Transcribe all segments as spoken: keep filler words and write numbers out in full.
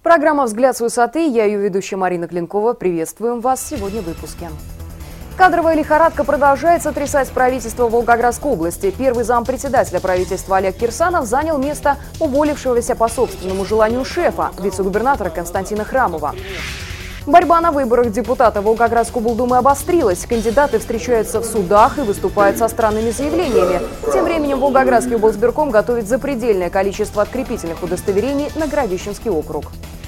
Программа «Взгляд с высоты». Я ее ведущая Марина Клинкова. Приветствуем вас сегодня в выпуске. Кадровая лихорадка продолжает сотрясать правительство Волгоградской области. Первый зампредседателя правительства Олег Кирсанов занял место уволившегося по собственному желанию шефа, вице-губернатора Константина Храмова. Борьба на выборах депутата Волгоградской облдумы обострилась. Кандидаты встречаются в судах и выступают со странными заявлениями. Тем временем Волгоградский облсбирком готовит запредельное количество открепительных удостоверений на Городищенский округ.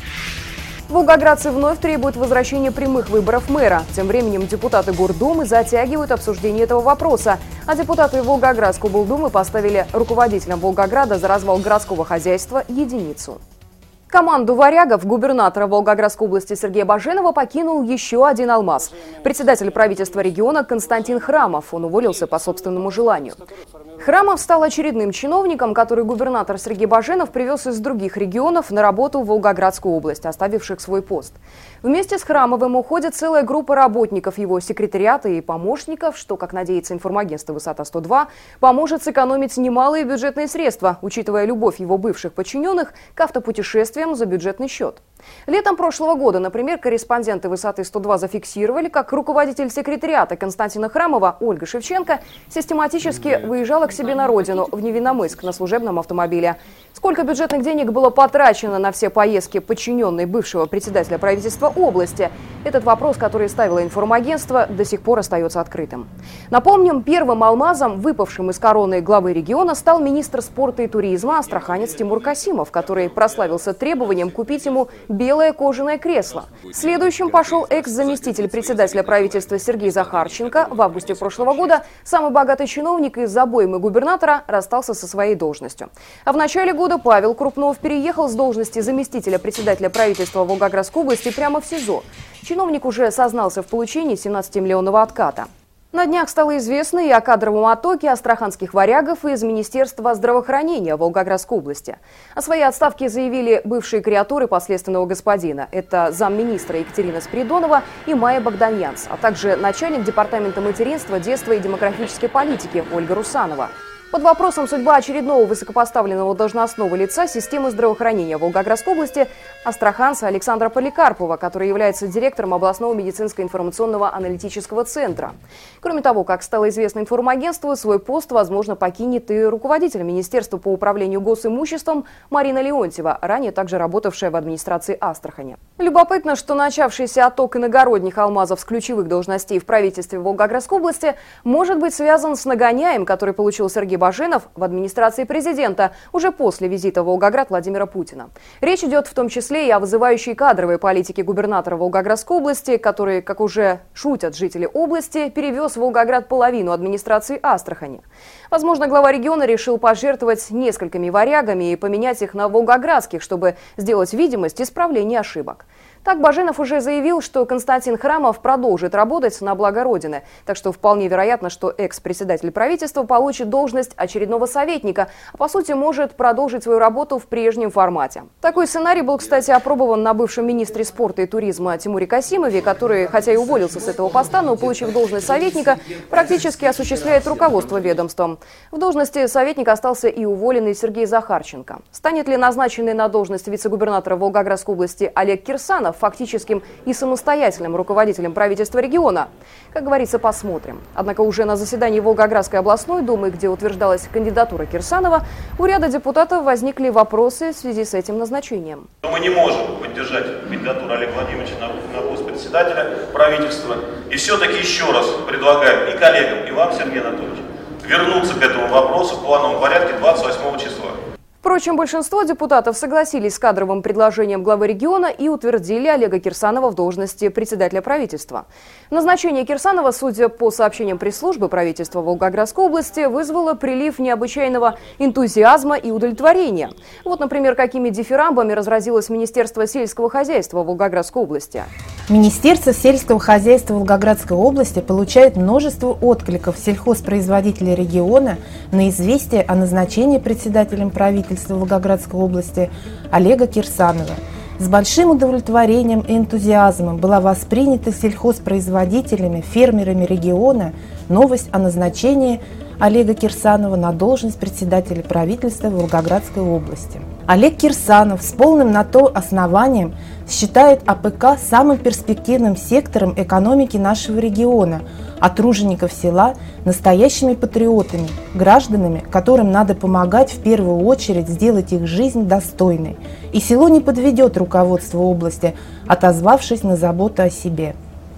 Волгоградцы вновь требуют возвращения прямых выборов мэра. Тем временем депутаты Гордумы затягивают обсуждение этого вопроса. А депутаты Волгоградской облдумы поставили руководителям Волгограда за развал городского хозяйства единицу. Команду варягов губернатора Волгоградской области Сергея Баженова покинул еще один алмаз. Председатель правительства региона Константин Храмов. Он уволился по собственному желанию. Храмов стал очередным чиновником, который губернатор Сергей Баженов привез из других регионов на работу в Волгоградскую область, оставивших свой пост. Вместе с Храмовым уходит целая группа работников его секретариата и помощников, что, как надеется информагентство «Высота сто два», поможет сэкономить немалые бюджетные средства, учитывая любовь его бывших подчиненных к автопутешествиям за бюджетный счет. Летом прошлого года, например, корреспонденты «Высоты сто два» зафиксировали, как руководитель секретариата Константина Храмова Ольга Шевченко систематически выезжала к себе на родину, в Невинномысск, на служебном автомобиле. Сколько бюджетных денег было потрачено на все поездки подчиненной бывшего председателя правительства области? Этот вопрос, который ставило информагентство, до сих пор остается открытым. Напомним, первым алмазом, выпавшим из короны главы региона, стал министр спорта и туризма астраханец Тимур Касимов, который прославился требованием купить ему белое кожаное кресло. Следующим пошел экс-заместитель председателя правительства Сергей Захарченко. В августе прошлого года самый богатый чиновник из обоймы губернатора расстался со своей должностью. А в начале года Павел Крупнов переехал с должности заместителя председателя правительства Волгоградской области прямо в СИЗО. Чиновник уже сознался в получении семнадцатимиллионного отката. На днях стало известно и о кадровом оттоке астраханских варягов из Министерства здравоохранения Волгоградской области. О своей отставке заявили бывшие креатуры последственного господина. Это замминистра Екатерина Спиридонова и Майя Богданянц, а также начальник департамента материнства, детства и демографической политики Ольга Русанова. Под вопросом судьба очередного высокопоставленного должностного лица системы здравоохранения Волгоградской области астраханца Александра Поликарпова, который является директором областного медицинско-информационного аналитического центра. Кроме того, как стало известно информагентству, свой пост, возможно, покинет и руководитель Министерства по управлению госимуществом Марина Леонтьева, ранее также работавшая в администрации Астрахани. Любопытно, что начавшийся отток иногородних алмазов с ключевых должностей в правительстве Волгоградской области может быть связан с нагоняем, который получил Сергей Баженов в администрации президента уже после визита в Волгоград Владимира Путина. Речь идет в том числе и о вызывающей кадровой политике губернатора Волгоградской области, который, как уже шутят жители области, перевез в Волгоград половину администрации Астрахани. Возможно, глава региона решил пожертвовать несколькими варягами и поменять их на волгоградских, чтобы сделать видимость исправления ошибок. Так Баженов уже заявил, что Константин Храмов продолжит работать на благо Родины. Так что вполне вероятно, что экс-председатель правительства получит должность очередного советника, а по сути может продолжить свою работу в прежнем формате. Такой сценарий был, кстати, опробован на бывшем министре спорта и туризма Тимуре Касимове, который, хотя и уволился с этого поста, но, получив должность советника, практически осуществляет руководство ведомством. В должности советника остался и уволенный Сергей Захарченко. Станет ли назначенный на должность вице-губернатора Волгоградской области Олег Кирсанов фактическим и самостоятельным руководителем правительства региона? Как говорится, посмотрим. Однако уже на заседании Волгоградской областной думы, где утверждалась кандидатура Кирсанова, у ряда депутатов возникли вопросы в связи с этим назначением. Мы не можем поддержать кандидатуру Олега Владимировича на, на пост председателя правительства. И все-таки еще раз предлагаем и коллегам, и вам, Сергей Анатольевич, вернуться к этому вопросу в плановом порядке двадцать восьмого числа. Впрочем, большинство депутатов согласились с кадровым предложением главы региона и утвердили Олега Кирсанова в должности председателя правительства. Назначение Кирсанова, судя по сообщениям пресс-службы правительства Волгоградской области, вызвало прилив необычайного энтузиазма и удовлетворения. Вот, например, какими дифирамбами разразилось Министерство сельского хозяйства Волгоградской области. Министерство сельского хозяйства Волгоградской области получает множество откликов сельхозпроизводителей региона на известие о назначении председателем правительства Волгоградской области Олега Кирсанова. С большим удовлетворением и энтузиазмом была воспринята сельхозпроизводителями, фермерами региона новость о назначении Олега Кирсанова на должность председателя правительства Волгоградской области. Олег Кирсанов с полным на то основанием считает А Пэ Ка самым перспективным сектором экономики нашего региона, а тружеников села – настоящими патриотами, гражданами, которым надо помогать в первую очередь сделать их жизнь достойной. И село не подведет руководство области, отозвавшись на заботу о себе.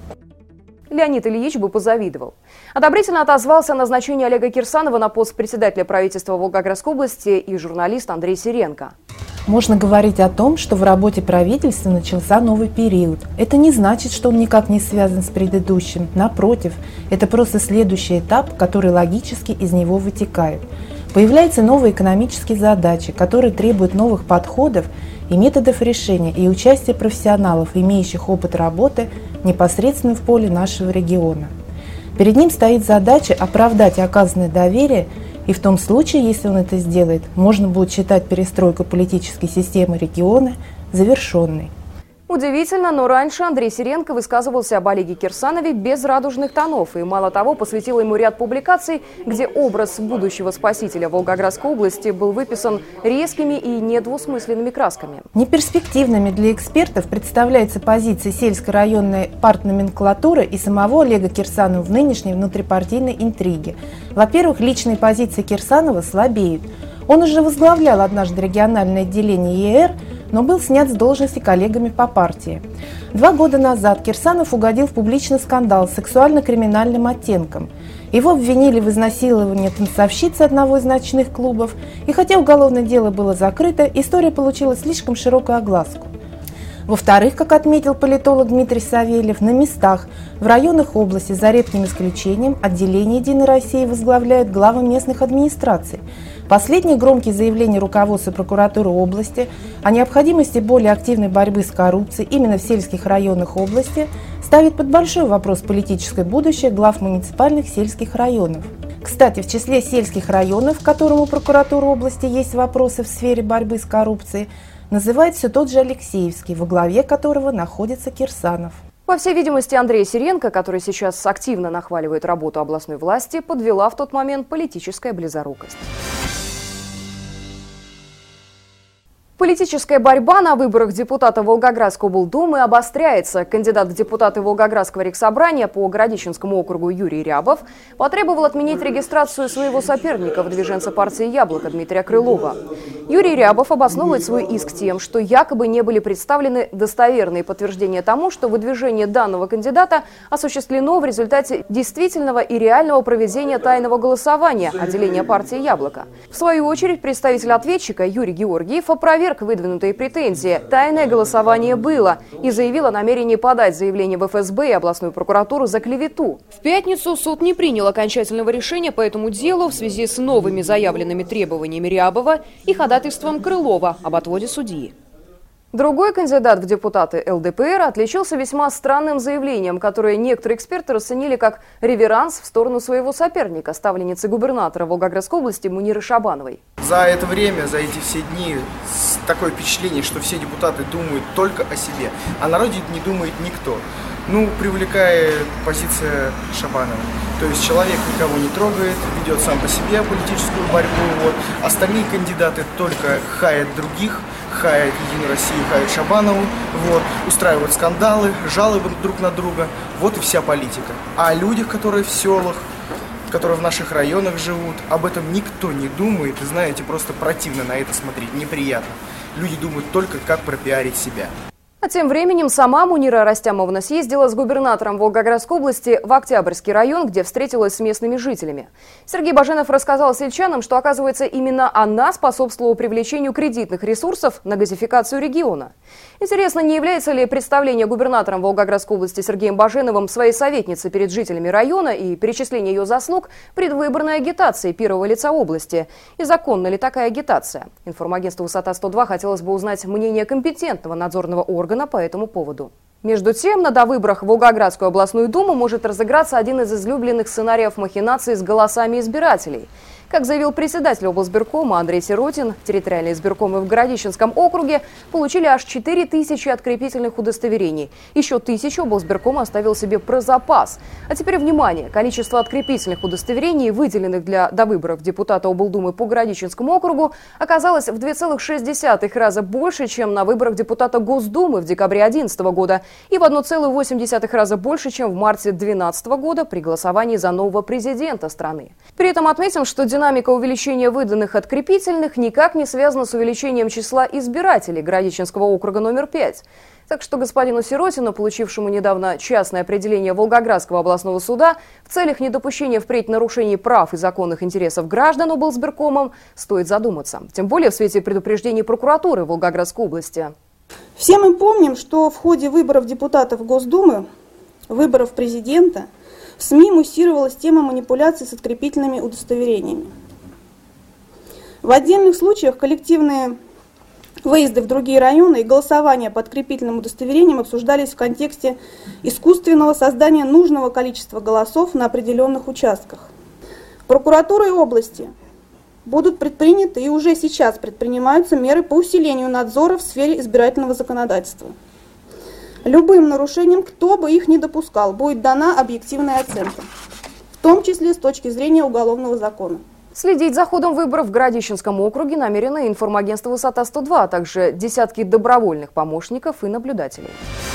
Леонид Ильич бы позавидовал. Одобрительно отозвался о назначении Олега Кирсанова на пост председателя правительства Волгоградской области и журналист Андрей Сиренко. Можно говорить о том, что в работе правительства начался новый период. Это не значит, что он никак не связан с предыдущим. Напротив, это просто следующий этап, который логически из него вытекает. Появляются новые экономические задачи, которые требуют новых подходов и методов решения и участия профессионалов, имеющих опыт работы непосредственно в поле нашего региона. Перед ним стоит задача оправдать оказанное доверие, и в том случае, если он это сделает, можно будет считать перестройку политической системы региона завершенной. Удивительно, но раньше Андрей Сиренко высказывался об Олеге Кирсанове без радужных тонов и, мало того, посвятил ему ряд публикаций, где образ будущего спасителя Волгоградской области был выписан резкими и недвусмысленными красками. Неперспективными для экспертов представляется позиция сельской районной партноменклатуры и самого Олега Кирсанова в нынешней внутрипартийной интриге. Во-первых, личные позиции Кирсанова слабеют. Он уже возглавлял однажды региональное отделение Е Эр, но был снят с должности коллегами по партии. Два года назад Кирсанов угодил в публичный скандал с сексуально-криминальным оттенком. Его обвинили в изнасиловании танцовщицы одного из ночных клубов, и хотя уголовное дело было закрыто, история получила слишком широкую огласку. Во-вторых, как отметил политолог Дмитрий Савельев, на местах в районах области, за редким исключением, отделение «Единой России» возглавляют главы местных администраций. Последние громкие заявления руководства прокуратуры области о необходимости более активной борьбы с коррупцией именно в сельских районах области ставит под большой вопрос политическое будущее глав муниципальных сельских районов. Кстати, в числе сельских районов, к которым у прокуратуры области есть вопросы в сфере борьбы с коррупцией, называет все тот же Алексеевский, во главе которого находится Кирсанов. По всей видимости, Андрея Сиренко, который сейчас активно нахваливает работу областной власти, подвела в тот момент политическая близорукость. Политическая борьба на выборах депутата Волгоградской облдумы обостряется. Кандидат в депутаты Волгоградского рексобрания по Городищенскому округу Юрий Рябов потребовал отменить регистрацию своего соперника, выдвиженца партии «Яблоко» Дмитрия Крылова. Юрий Рябов обосновывает свой иск тем, что якобы не были представлены достоверные подтверждения тому, что выдвижение данного кандидата осуществлено в результате действительного и реального проведения тайного голосования отделения партии «Яблоко». В свою очередь, представитель ответчика Юрий Георгиев опроверг выдвинутые претензии. Тайное голосование было и заявил о намерении подать заявление в Эф Эс Бэ и областную прокуратуру за клевету. В пятницу суд не принял окончательного решения по этому делу в связи с новыми заявленными требованиями Рябова и ходатайством Крылова об отводе судьи. Другой кандидат в депутаты Эл Дэ Пэ Эр отличился весьма странным заявлением, которое некоторые эксперты расценили как реверанс в сторону своего соперника, ставленницы губернатора Волгоградской области Муниры Шабановой. За это время, за эти все дни, такое впечатление, что все депутаты думают только о себе, о народе не думает никто. Ну, привлекает позиция Шабановой. То есть человек никого не трогает, ведет сам по себе политическую борьбу. Вот. Остальные кандидаты только хаят других, хаят Единую Россию, хаят Шабанову, вот. Устраивают скандалы, жалобы друг на друга. Вот и вся политика. А о людях, которые в селах, которые в наших районах живут, об этом никто не думает. И знаете, просто противно на это смотреть, неприятно. Люди думают только, как пропиарить себя. А тем временем сама Мунира Растямовна съездила с губернатором Волгоградской области в Октябрьский район, где встретилась с местными жителями. Сергей Баженов рассказал сельчанам, что, оказывается, именно она способствовала привлечению кредитных ресурсов на газификацию региона. Интересно, не является ли представление губернатором Волгоградской области Сергеем Баженовым своей советницы перед жителями района и перечисление ее заслуг предвыборной агитацией первого лица области? И законна ли такая агитация? Информагентству «Высота сто два» хотелось бы узнать мнение компетентного надзорного органа по этому поводу. Между тем, на довыборах в Волгоградскую областную думу может разыграться один из излюбленных сценариев махинаций с голосами избирателей. Как заявил председатель облсбиркома Андрей Сиротин, территориальные избиркомы в Городищенском округе получили аж четыре тысячи открепительных удостоверений. Еще тысячу облсбирком оставил себе про запас. А теперь внимание! Количество открепительных удостоверений, выделенных для довыборов депутата облдумы по Городищенскому округу, оказалось в два целых шесть десятых раза больше, чем на выборах депутата Госдумы в декабре две тысячи одиннадцатого года и в одна целая восемь десятых раза больше, чем в марте две тысячи двенадцатого года при голосовании за нового президента страны. При этом отметим, что динамика увеличения выданных открепительных никак не связана с увеличением числа избирателей Городищенского округа номер пять. Так что господину Сиротину, получившему недавно частное определение Волгоградского областного суда, в целях недопущения впредь нарушений прав и законных интересов граждан облсбиркомом стоит задуматься. Тем более в свете предупреждений прокуратуры Волгоградской области. Все мы помним, что в ходе выборов депутатов Госдумы, выборов президента, в СМИ муссировалась тема манипуляций с открепительными удостоверениями. В отдельных случаях коллективные выезды в другие районы и голосования по открепительным удостоверениям обсуждались в контексте искусственного создания нужного количества голосов на определенных участках. Прокуратурой области будут предприняты и уже сейчас предпринимаются меры по усилению надзора в сфере избирательного законодательства. Любым нарушением, кто бы их ни допускал, будет дана объективная оценка, в том числе с точки зрения уголовного закона. Следить за ходом выборов в Городищенском округе намерено информагентство «Высота сто два», а также десятки добровольных помощников и наблюдателей.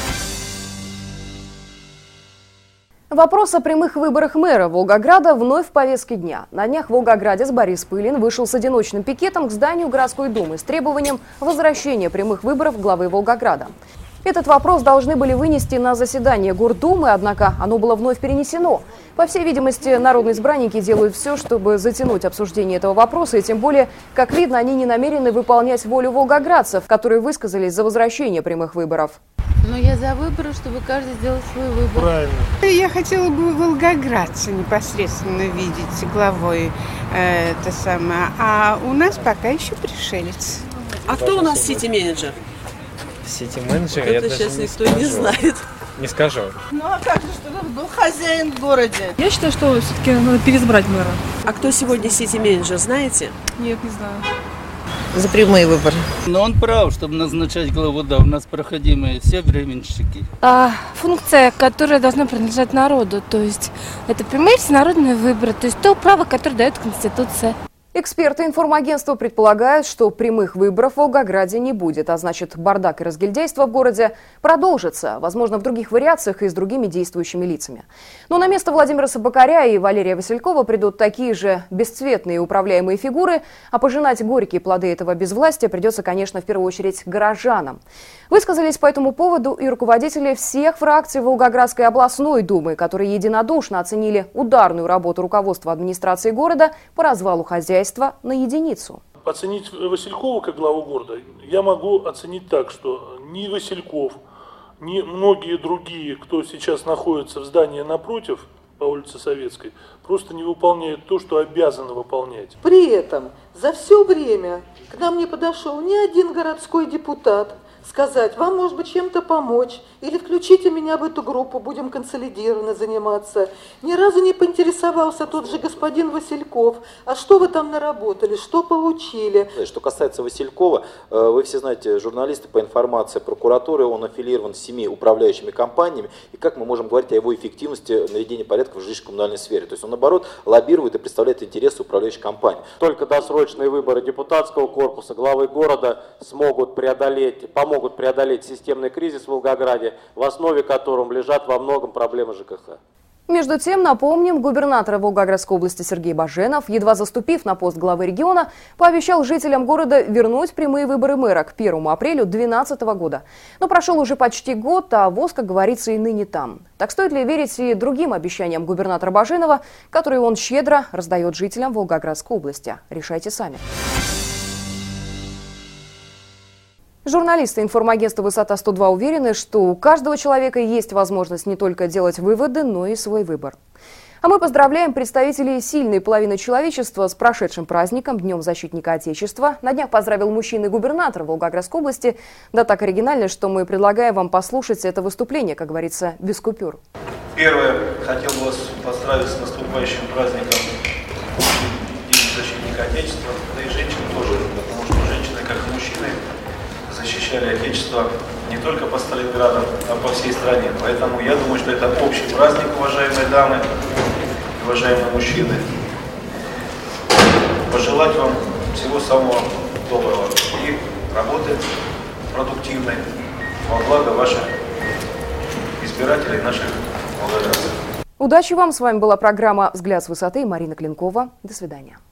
Вопрос о прямых выборах мэра Волгограда вновь в повестке дня. На днях волгоградец Борис Пылин вышел с одиночным пикетом к зданию городской думы с требованием возвращения прямых выборов главы Волгограда. Этот вопрос должны были вынести на заседание Гордумы, однако оно было вновь перенесено. По всей видимости, народные избранники делают все, чтобы затянуть обсуждение этого вопроса, и тем более, как видно, они не намерены выполнять волю волгоградцев, которые высказались за возвращение прямых выборов. Но я за выборы, чтобы каждый сделал свой выбор. Правильно. Я хотела бы волгоградца непосредственно видеть главой э, это самое, а у нас пока еще пришелец. А кто у нас сити-менеджер? Сити-менеджер, это я сейчас даже не никто скажу. не знает. Не скажу. Ну а как же, что был хозяин в городе? Я считаю, что все-таки надо переизбрать мэра. А кто сегодня сити-менеджер, знаете? Нет, не знаю. За прямые выборы. Но он прав, чтобы назначать главу, да, у нас проходимые все временщики. А, функция, которая должна принадлежать народу, то есть это прямые всенародные выборы, то есть то право, которое дает Конституция. Эксперты информагентства предполагают, что прямых выборов в Волгограде не будет, а значит, бардак и разгильдяйство в городе продолжится, возможно, в других вариациях и с другими действующими лицами. Но на место Владимира Собакаря и Валерия Василькова придут такие же бесцветные управляемые фигуры, а пожинать горькие плоды этого безвластия придется, конечно, в первую очередь горожанам. Высказались по этому поводу и руководители всех фракций Волгоградской областной думы, которые единодушно оценили ударную работу руководства администрации города по развалу хозяйства на единицу. Оценить Василькова как главу города я могу оценить так, что ни Васильков, ни многие другие, кто сейчас находится в здании напротив, по улице Советской, просто не выполняют то, что обязаны выполнять. При этом за все время к нам не подошел ни один городской депутат сказать, вам может быть чем-то помочь, или включите меня в эту группу, будем консолидированно заниматься. Ни разу не поинтересовался тот же господин Васильков, а что вы там наработали, что получили. Что касается Василькова, вы все знаете, журналисты, по информации прокуратуры, он аффилирован с семи управляющими компаниями, и как мы можем говорить о его эффективности наведения порядка в жилищно-коммунальной сфере. То есть он, наоборот, лоббирует и представляет интересы управляющих компаний. Только досрочные выборы депутатского корпуса, главы города смогут преодолеть, помогут преодолеть системный кризис в Волгограде, в основе котором лежат во многом проблемы ЖКХ. Между тем, напомним, губернатор Волгоградской области Сергей Баженов, едва заступив на пост главы региона, пообещал жителям города вернуть прямые выборы мэра к первому апреля две тысячи двенадцатого года. Но прошел уже почти год, а ВОЗ, как говорится, и ныне там. Так стоит ли верить и другим обещаниям губернатора Баженова, которые он щедро раздает жителям Волгоградской области? Решайте сами. Журналисты информагентства «Высота сто два» уверены, что у каждого человека есть возможность не только делать выводы, но и свой выбор. А мы поздравляем представителей сильной половины человечества с прошедшим праздником, Днем защитника Отечества. На днях поздравил мужчина и губернатор Волгоградской области. Да так оригинально, что мы предлагаем вам послушать это выступление, как говорится, без купюр. Первое. Хотел бы вас поздравить с наступающим праздником День защитника защитника Отечества, да и женщин тоже, потому что женщины, как и мужчины, защищали Отечество не только по Сталинграду, а по всей стране. Поэтому я думаю, что это общий праздник, уважаемые дамы, уважаемые мужчины. Пожелать вам всего самого доброго и работы продуктивной во благо ваших избирателей, наших волгоградцев. Удачи вам! С вами была программа «Взгляд с высоты» и Марина Клинкова. До свидания.